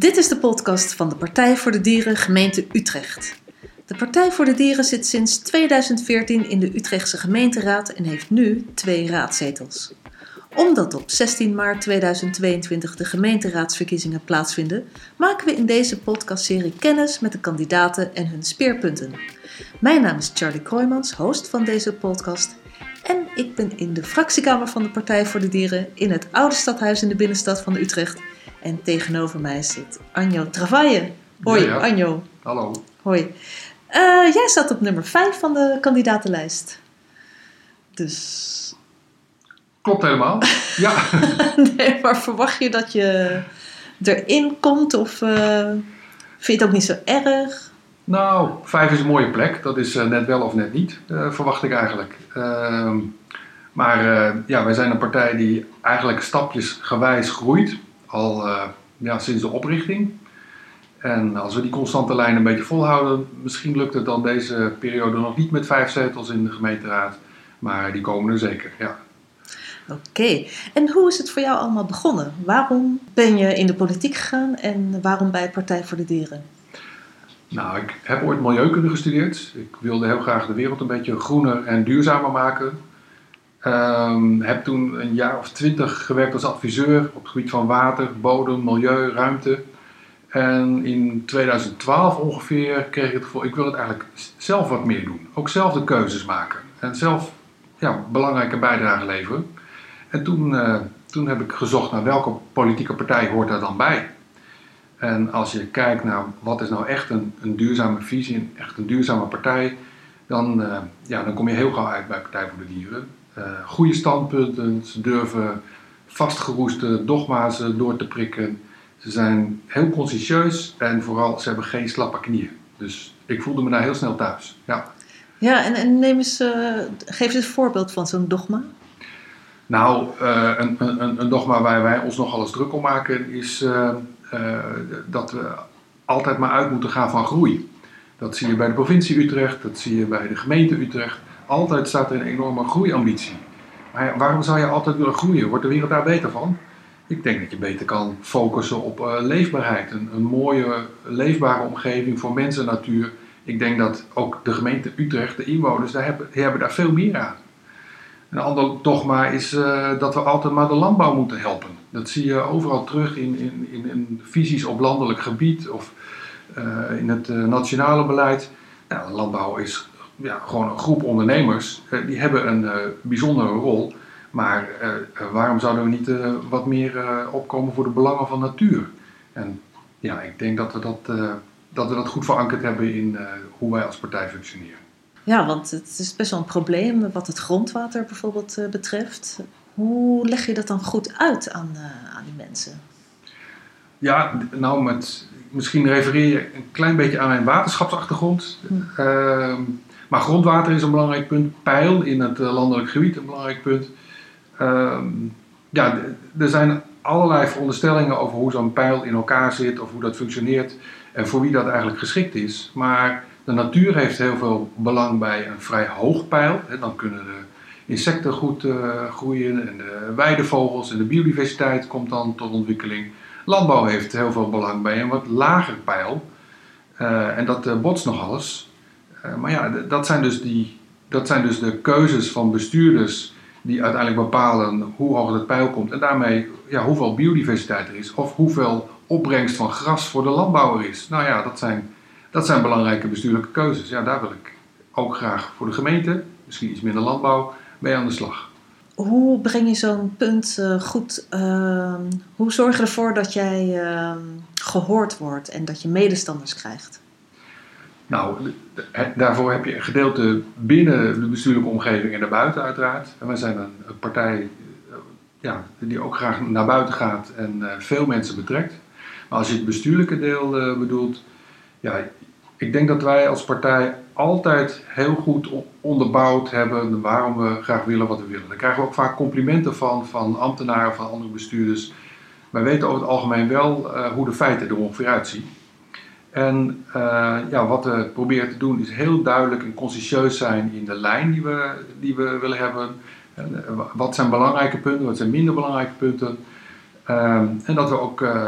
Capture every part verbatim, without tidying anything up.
Dit is de podcast van de Partij voor de Dieren gemeente Utrecht. De Partij voor de Dieren zit sinds tweeduizend veertien in de Utrechtse gemeenteraad en heeft nu twee raadzetels. Omdat op zestien maart tweeduizend tweeëntwintig de gemeenteraadsverkiezingen plaatsvinden, maken we in deze podcastserie kennis met de kandidaten en hun speerpunten. Mijn naam is Charlie Kroijmans, host van deze podcast. En ik ben in de fractiekamer van de Partij voor de Dieren in het oude stadhuis in de binnenstad van Utrecht. En tegenover mij zit Anjo Travaille. Hoi, ja, ja. Anjo. Hallo. Hoi. Uh, jij staat op nummer vijf van de kandidatenlijst. Dus... Klopt helemaal, ja. Nee, maar verwacht je dat je erin komt of uh, vind je het ook niet zo erg? Nou, vijf is een mooie plek. Dat is uh, net wel of net niet, uh, verwacht ik eigenlijk. Uh, maar uh, ja, wij zijn een partij die eigenlijk stapjesgewijs groeit. Al uh, ja, sinds de oprichting. En als we die constante lijn een beetje volhouden, misschien lukt het dan deze periode nog niet met vijf zetels in de gemeenteraad. Maar die komen er zeker, ja. Oké, okay. En hoe is het voor jou allemaal begonnen? Waarom ben je in de politiek gegaan en waarom bij Partij voor de Dieren? Nou, ik heb ooit milieukunde gestudeerd. Ik wilde heel graag de wereld een beetje groener en duurzamer maken. Um, heb toen een jaar of twintig gewerkt als adviseur op het gebied van water, bodem, milieu, ruimte. En in tweeduizend twaalf ongeveer kreeg ik het gevoel, ik wil het eigenlijk zelf wat meer doen. Ook zelf de keuzes maken en zelf ja, belangrijke bijdrage leveren. En toen, uh, toen heb ik gezocht naar welke politieke partij hoort daar dan bij. En als je kijkt naar wat is nou echt een, een duurzame visie, echt een duurzame partij, dan, uh, ja, dan kom je heel gauw uit bij Partij voor de Dieren. Uh, goede standpunten, ze durven vastgeroeste dogma's door te prikken. Ze zijn heel consciëntieus en vooral ze hebben geen slappe knieën. Dus ik voelde me daar heel snel thuis. Ja, ja en, en neem eens, uh, geef eens een voorbeeld van zo'n dogma. Nou, uh, een, een, een dogma waar wij ons nogal eens druk om maken is uh, uh, dat we altijd maar uit moeten gaan van groei. Dat zie je bij de provincie Utrecht, dat zie je bij de gemeente Utrecht. Altijd staat er een enorme groeiambitie. Maar ja, waarom zou je altijd willen groeien? Wordt de wereld daar beter van? Ik denk dat je beter kan focussen op uh, leefbaarheid. Een, een mooie, leefbare omgeving voor mens en natuur. Ik denk dat ook de gemeente Utrecht, de inwoners, daar hebben, die hebben daar veel meer aan. Een ander dogma is uh, dat we altijd maar de landbouw moeten helpen. Dat zie je overal terug in, in, in, in visies op landelijk gebied of uh, in het uh, nationale beleid. Nou, de landbouw is ja, gewoon een groep ondernemers. Uh, die hebben een uh, bijzondere rol. Maar uh, waarom zouden we niet uh, wat meer uh, opkomen voor de belangen van natuur? En ja, ik denk dat we dat, uh, dat, we dat goed verankerd hebben in uh, hoe wij als partij functioneren. Ja, want het is best wel een probleem wat het grondwater bijvoorbeeld uh, betreft. Hoe leg je dat dan goed uit aan, uh, aan die mensen? Ja, nou, met, misschien refereer je een klein beetje aan mijn waterschapsachtergrond. Hm. Uh, maar grondwater is een belangrijk punt. Peil in het uh, landelijk gebied een belangrijk punt. Uh, ja, d- er zijn allerlei veronderstellingen over hoe zo'n peil in elkaar zit of hoe dat functioneert en voor wie dat eigenlijk geschikt is. Maar de natuur heeft heel veel belang bij een vrij hoog peil. Hè. Dan kunnen de insecten goed uh, groeien en de weidevogels en de biodiversiteit komt dan tot ontwikkeling. Landbouw heeft heel veel belang bij een wat lager peil. Uh, en dat uh, botst nog alles. Uh, maar ja, d- dat zijn dus die, dat zijn dus de keuzes van bestuurders die uiteindelijk bepalen hoe hoog het peil komt en daarmee ja, hoeveel biodiversiteit er is of hoeveel opbrengst van gras voor de landbouwer is. Nou ja, dat zijn, dat zijn belangrijke bestuurlijke keuzes. Ja, daar wil ik ook graag voor de gemeente, misschien iets minder landbouw, mee aan de slag. Hoe breng je zo'n punt uh, goed, uh, hoe zorg je ervoor dat jij uh, gehoord wordt en dat je medestanders krijgt? Nou, daarvoor heb je een gedeelte binnen de bestuurlijke omgeving en daarbuiten uiteraard. En wij zijn een, een partij ja, die ook graag naar buiten gaat en uh, veel mensen betrekt. Maar als je het bestuurlijke deel uh, bedoelt, ja, ik denk dat wij als partij altijd heel goed onderbouwd hebben waarom we graag willen wat we willen. Daar krijgen we ook vaak complimenten van, van ambtenaren, van andere bestuurders. Wij weten over het algemeen wel uh, hoe de feiten er ongeveer uitzien. En uh, ja, wat we proberen te doen is heel duidelijk en consciëntieus zijn in de lijn die we, die we willen hebben. En, uh, wat zijn belangrijke punten, wat zijn minder belangrijke punten. Uh, en dat we ook uh,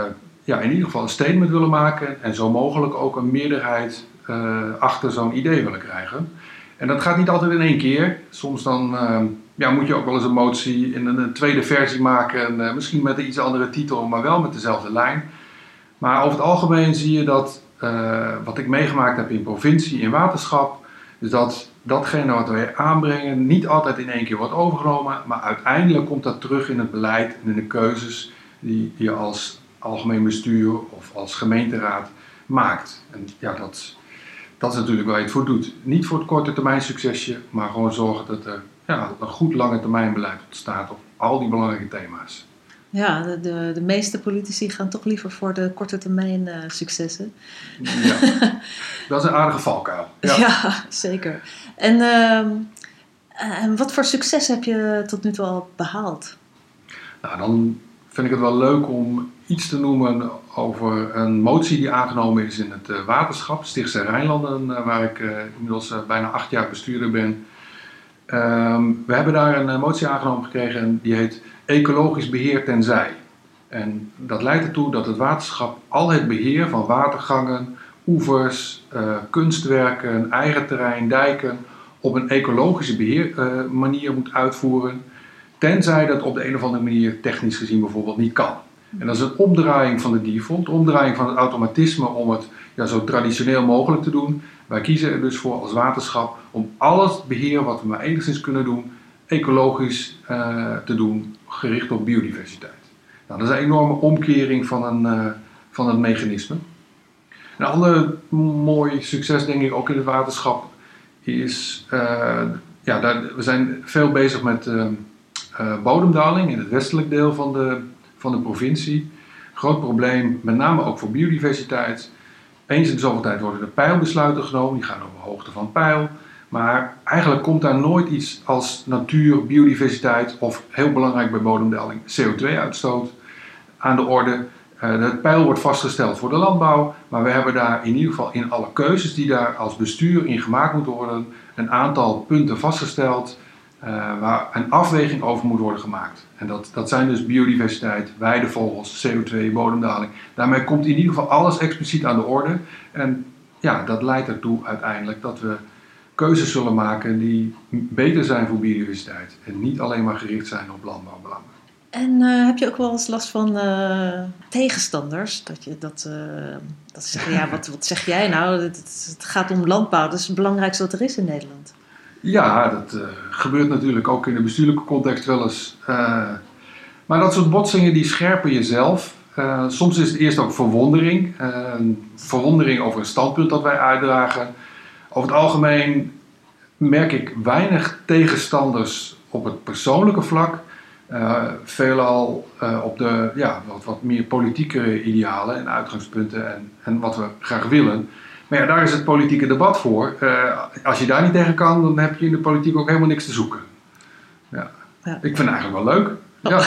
ja, in ieder geval een statement willen maken en zo mogelijk ook een meerderheid uh, achter zo'n idee willen krijgen. En dat gaat niet altijd in één keer. Soms dan uh, ja, moet je ook wel eens een motie in een, een tweede versie maken, en, uh, misschien met een iets andere titel, maar wel met dezelfde lijn. Maar over het algemeen zie je dat, uh, wat ik meegemaakt heb in provincie, in waterschap, is dat datgene wat wij aanbrengen niet altijd in één keer wordt overgenomen, maar uiteindelijk komt dat terug in het beleid en in de keuzes die je als algemeen bestuur of als gemeenteraad maakt. En ja, dat, dat is natuurlijk waar je het voor doet. Niet voor het korte termijn succesje, maar gewoon zorgen dat er ja, een goed lange termijn beleid ontstaat op al die belangrijke thema's. Ja, de, de, de meeste politici gaan toch liever voor de korte termijn uh, successen. Ja, dat is een aardige valkuil. Ja, ja zeker. En, uh, en wat voor succes heb je tot nu toe al behaald? Nou, dan vind ik het wel leuk om iets te noemen over een motie die aangenomen is in het uh, waterschap, Stichtse Rijnlanden, uh, waar ik uh, inmiddels uh, bijna acht jaar bestuurder ben. Um, we hebben daar een uh, motie aangenomen gekregen en die heet Ecologisch beheer tenzij. En dat leidt ertoe dat het waterschap al het beheer van watergangen, oevers, uh, kunstwerken, eigen terrein, dijken op een ecologische beheer, uh, manier moet uitvoeren. Tenzij dat op de een of andere manier technisch gezien bijvoorbeeld niet kan. En dat is een omdraaiing van de default, omdraaiing van het automatisme om het ja, zo traditioneel mogelijk te doen. Wij kiezen er dus voor als waterschap om al het beheer wat we maar enigszins kunnen doen, ecologisch uh, te doen, gericht op biodiversiteit. Nou, dat is een enorme omkering van een, uh, van het mechanisme. Een ander mooi succes denk ik ook in het waterschap is, uh, ja, daar, we zijn veel bezig met uh, uh, bodemdaling in het westelijk deel van de, van de provincie. Groot probleem, met name ook voor biodiversiteit. Eens in de zoveel tijd worden er peilbesluiten genomen, die gaan over hoogte van peil. Maar eigenlijk komt daar nooit iets als natuur, biodiversiteit of heel belangrijk bij bodemdaling C O twee uitstoot aan de orde. Uh, het peil wordt vastgesteld voor de landbouw, maar we hebben daar in ieder geval in alle keuzes die daar als bestuur in gemaakt moeten worden, een aantal punten vastgesteld uh, waar een afweging over moet worden gemaakt. En dat, dat zijn dus biodiversiteit, weidevogels, C O twee, bodemdaling. Daarmee komt in ieder geval alles expliciet aan de orde. En ja, dat leidt ertoe uiteindelijk dat we keuzes zullen maken die beter zijn voor biodiversiteit en niet alleen maar gericht zijn op landbouwbelangen. En uh, heb je ook wel eens last van uh, tegenstanders? Dat je dat, uh, dat ze zeggen, ja, wat, wat zeg jij nou? Het, het gaat om landbouw, dat is het belangrijkste wat er is in Nederland. Ja, dat uh, gebeurt natuurlijk ook in de bestuurlijke context wel eens. Uh, maar dat soort botsingen die scherpen jezelf. Uh, soms is het eerst ook verwondering. Uh, verwondering over een standpunt dat wij uitdragen. Over het algemeen merk ik weinig tegenstanders op het persoonlijke vlak. Uh, veelal uh, op de ja, wat, wat meer politieke idealen en uitgangspunten en, en wat we graag willen. Maar ja, daar is het politieke debat voor. Uh, als je daar niet tegen kan, dan heb je in de politiek ook helemaal niks te zoeken. Ja. Ja. Ik vind het eigenlijk wel leuk. Oh. Ja.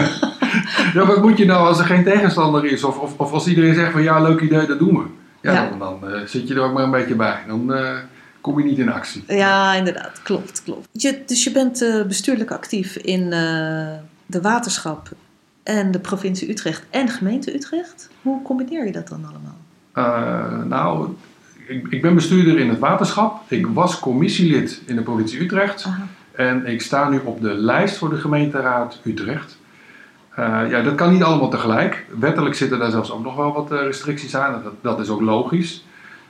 Ja, wat moet je nou als er geen tegenstander is? Of, of, of als iedereen zegt van ja, leuk idee, dat doen we. Ja, ja. Dan, dan uh, zit je er ook maar een beetje bij. Dan uh, kom je niet in actie. Ja, inderdaad. Klopt, klopt. Je, dus je bent uh, bestuurlijk actief in uh, de waterschap en de provincie Utrecht en gemeente Utrecht. Hoe combineer je dat dan allemaal? Uh, nou, ik, ik ben bestuurder in het waterschap. Ik was commissielid in de provincie Utrecht. Aha. En ik sta nu op de lijst voor de gemeenteraad Utrecht. Uh, ja, dat kan niet allemaal tegelijk. Wettelijk zitten daar zelfs ook nog wel wat uh, restricties aan. Dat, dat is ook logisch.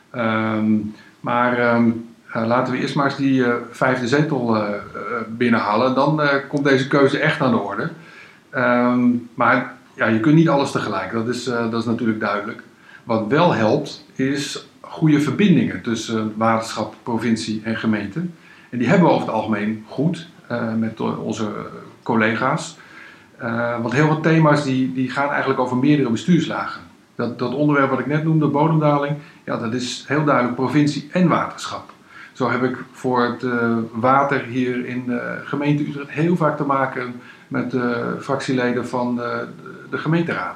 Um, maar um, uh, laten we eerst maar eens die uh, vijfde zetel uh, uh, binnenhalen. Dan uh, komt deze keuze echt aan de orde. Um, maar ja, je kunt niet alles tegelijk. Dat is, uh, dat is natuurlijk duidelijk. Wat wel helpt, is goede verbindingen tussen waterschap, provincie en gemeente. En die hebben we over het algemeen goed uh, met onze collega's. Uh, want heel veel thema's die, die gaan eigenlijk over meerdere bestuurslagen. Dat, dat onderwerp wat ik net noemde, bodemdaling, ja, dat is heel duidelijk provincie en waterschap. Zo heb ik voor het uh, water hier in de gemeente Utrecht heel vaak te maken met de fractieleden van de, de gemeenteraad.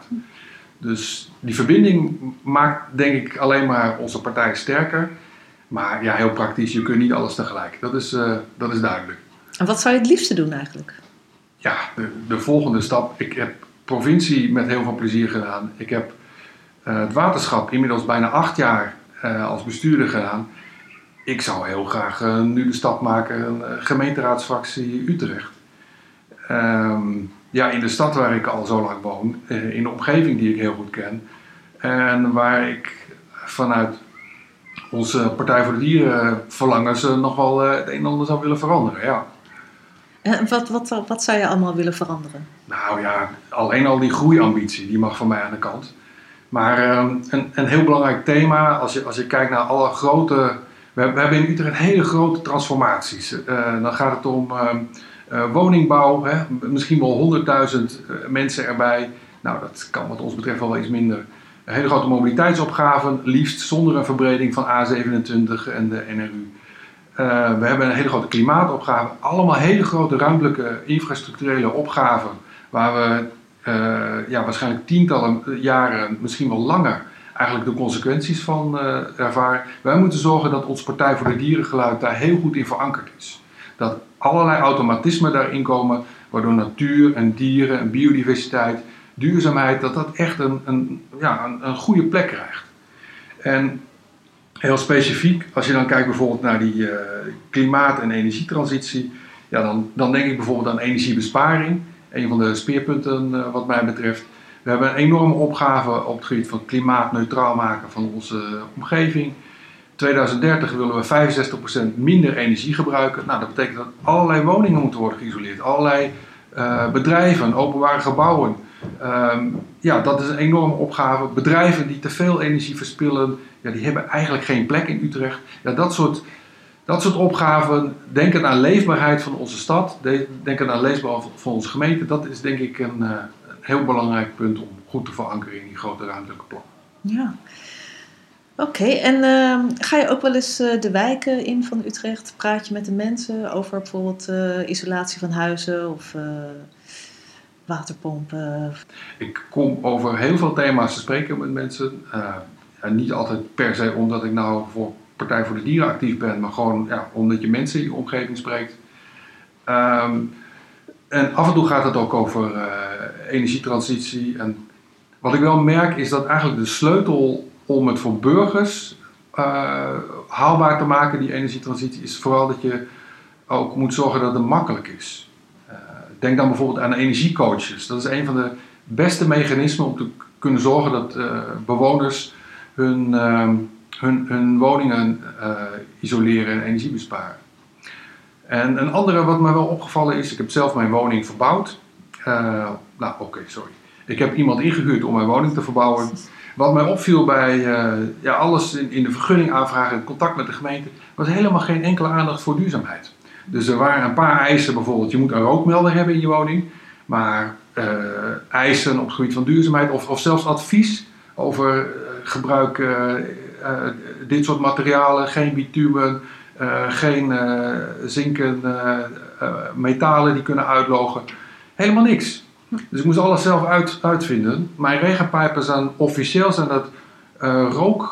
Dus die verbinding maakt denk ik alleen maar onze partij sterker. Maar ja, heel praktisch, je kunt niet alles tegelijk. Dat is, uh, dat is duidelijk. En wat zou je het liefste doen eigenlijk? Ja, de, de volgende stap. Ik heb provincie met heel veel plezier gedaan. Ik heb uh, het waterschap inmiddels bijna acht jaar uh, als bestuurder gedaan. Ik zou heel graag uh, nu de stap maken, een uh, gemeenteraadsfractie Utrecht. Um, ja, in de stad waar ik al zo lang woon, uh, in de omgeving die ik heel goed ken. En waar ik vanuit onze Partij voor de Dieren verlangens uh, nog wel uh, het een en ander zou willen veranderen, ja. En wat, wat, wat zou je allemaal willen veranderen? Nou ja, alleen al die groeiambitie, die mag van mij aan de kant. Maar um, een, een heel belangrijk thema, als je, als je kijkt naar alle grote... We hebben, we hebben in Utrecht hele grote transformaties. Uh, dan gaat het om uh, uh, woningbouw, hè? Misschien wel honderdduizend uh, mensen erbij. Nou, dat kan wat ons betreft wel iets minder. Een hele grote mobiliteitsopgaven, liefst zonder een verbreding van A zevenentwintig en de N R U. Uh, we hebben een hele grote klimaatopgave. Allemaal hele grote ruimtelijke infrastructurele opgaven waar we uh, ja, waarschijnlijk tientallen jaren, misschien wel langer, eigenlijk de consequenties van uh, ervaren. Wij moeten zorgen dat ons Partij voor de Dierengeluid daar heel goed in verankerd is. Dat allerlei automatismen daarin komen, waardoor natuur en dieren en biodiversiteit, duurzaamheid, dat dat echt een, een, ja, een, een goede plek krijgt. En heel specifiek, als je dan kijkt bijvoorbeeld naar die uh, klimaat- en energietransitie, ja, dan, dan denk ik bijvoorbeeld aan energiebesparing. Een van de speerpunten uh, wat mij betreft. We hebben een enorme opgave op het gebied van klimaatneutraal maken van onze omgeving. tweeduizend dertig willen we vijfenzestig procent minder energie gebruiken. Nou, dat betekent dat allerlei woningen moeten worden geïsoleerd. Allerlei uh, bedrijven, openbare gebouwen. Um, ja, dat is een enorme opgave. Bedrijven die te veel energie verspillen, ja, die hebben eigenlijk geen plek in Utrecht. Ja, dat soort, dat soort opgaven, denken aan leefbaarheid van onze stad, denken aan leefbaarheid van onze gemeente, dat is denk ik een, uh, een heel belangrijk punt om goed te verankeren in die grote ruimtelijke plannen. Ja, oké. Okay. En uh, ga je ook wel eens uh, de wijken in van Utrecht? Praat je met de mensen over bijvoorbeeld uh, isolatie van huizen of uh, waterpompen? Ik kom over heel veel thema's te spreken met mensen. Uh, en niet altijd per se omdat ik nou voor Partij voor de Dieren actief ben, maar gewoon ja, omdat je mensen in je omgeving spreekt. Um, en af en toe gaat het ook over uh, energietransitie. En wat ik wel merk is dat eigenlijk de sleutel om het voor burgers uh, haalbaar te maken, die energietransitie, is vooral dat je ook moet zorgen dat het makkelijk is. Uh, denk dan bijvoorbeeld aan energiecoaches. Dat is een van de beste mechanismen om te kunnen zorgen dat uh, bewoners hun, uh, hun, hun woningen uh, isoleren en energie besparen. En een andere wat me wel opgevallen is, ik heb zelf mijn woning verbouwd. Uh, nou oké, okay, sorry. Ik heb iemand ingehuurd om mijn woning te verbouwen. Wat mij opviel bij uh, ja, alles in, in de vergunning aanvragen, in contact met de gemeente, was helemaal geen enkele aandacht voor duurzaamheid. Dus er waren een paar eisen, bijvoorbeeld je moet een rookmelder hebben in je woning, maar uh, eisen op het gebied van duurzaamheid of, of zelfs advies over uh, gebruik uh, uh, dit soort materialen, geen bitumen, uh, geen uh, zinken, uh, uh, metalen die kunnen uitlogen, helemaal niks. Dus ik moest alles zelf uit, uitvinden. Mijn regenpijpen zijn officieel zijn dat uh,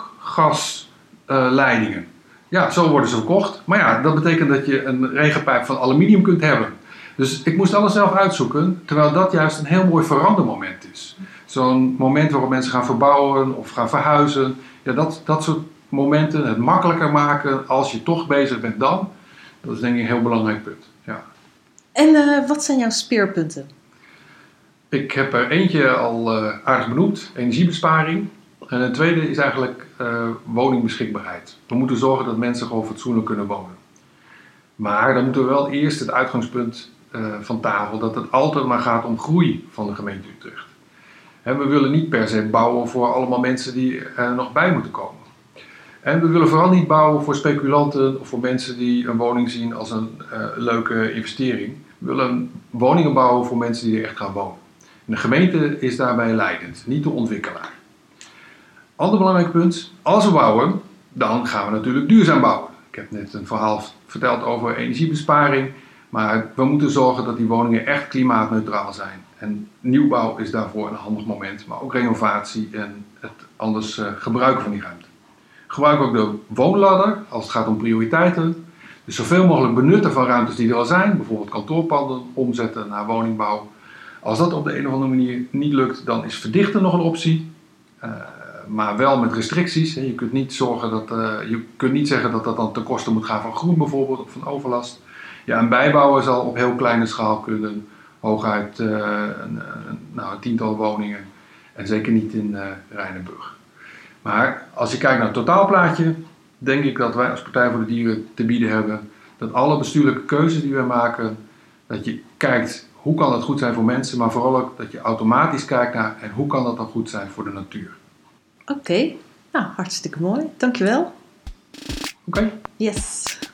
rookgasleidingen. Uh, ja, zo worden ze verkocht. Maar ja, dat betekent dat je een regenpijp van aluminium kunt hebben. Dus ik moest alles zelf uitzoeken, terwijl dat juist een heel mooi verandermoment is. Zo'n moment waarop mensen gaan verbouwen of gaan verhuizen. Ja, dat, dat soort momenten, het makkelijker maken als je toch bezig bent dan. Dat is denk ik een heel belangrijk punt. Ja. En uh, wat zijn jouw speerpunten? Ik heb er eentje al uh, aardig benoemd, energiebesparing. En het tweede is eigenlijk uh, woningbeschikbaarheid. We moeten zorgen dat mensen gewoon fatsoenlijk kunnen wonen. Maar dan moeten we wel eerst het uitgangspunt uh, van tafel dat het altijd maar gaat om groei van de gemeente Utrecht. En we willen niet per se bouwen voor allemaal mensen die er nog bij moeten komen. En we willen vooral niet bouwen voor speculanten of voor mensen die een woning zien als een uh, leuke investering. We willen woningen bouwen voor mensen die er echt gaan wonen. En de gemeente is daarbij leidend, niet de ontwikkelaar. Ander belangrijk punt, als we bouwen, dan gaan we natuurlijk duurzaam bouwen. Ik heb net een verhaal verteld over energiebesparing, maar we moeten zorgen dat die woningen echt klimaatneutraal zijn. En nieuwbouw is daarvoor een handig moment, maar ook renovatie en het anders uh, gebruiken van die ruimte. Gebruik ook de woonladder als het gaat om prioriteiten. Dus zoveel mogelijk benutten van ruimtes die er al zijn, bijvoorbeeld kantoorpanden, omzetten naar woningbouw. Als dat op de een of andere manier niet lukt, dan is verdichten nog een optie. Uh, maar wel met restricties. Hè. Je kunt niet zorgen dat, uh, je kunt niet zeggen dat dat dan ten koste moet gaan van groen bijvoorbeeld of van overlast. Ja, een bijbouwer zal op heel kleine schaal kunnen, hooguit uh, een, een, nou, een tiental woningen en zeker niet in uh, Rijnenburg. Maar als je kijkt naar het totaalplaatje, denk ik dat wij als Partij voor de Dieren te bieden hebben dat alle bestuurlijke keuzes die we maken, dat je kijkt hoe kan dat goed zijn voor mensen, maar vooral ook dat je automatisch kijkt naar en hoe kan dat dan goed zijn voor de natuur. Oké, okay. Nou hartstikke mooi. Dankjewel. Oké. Okay. Yes.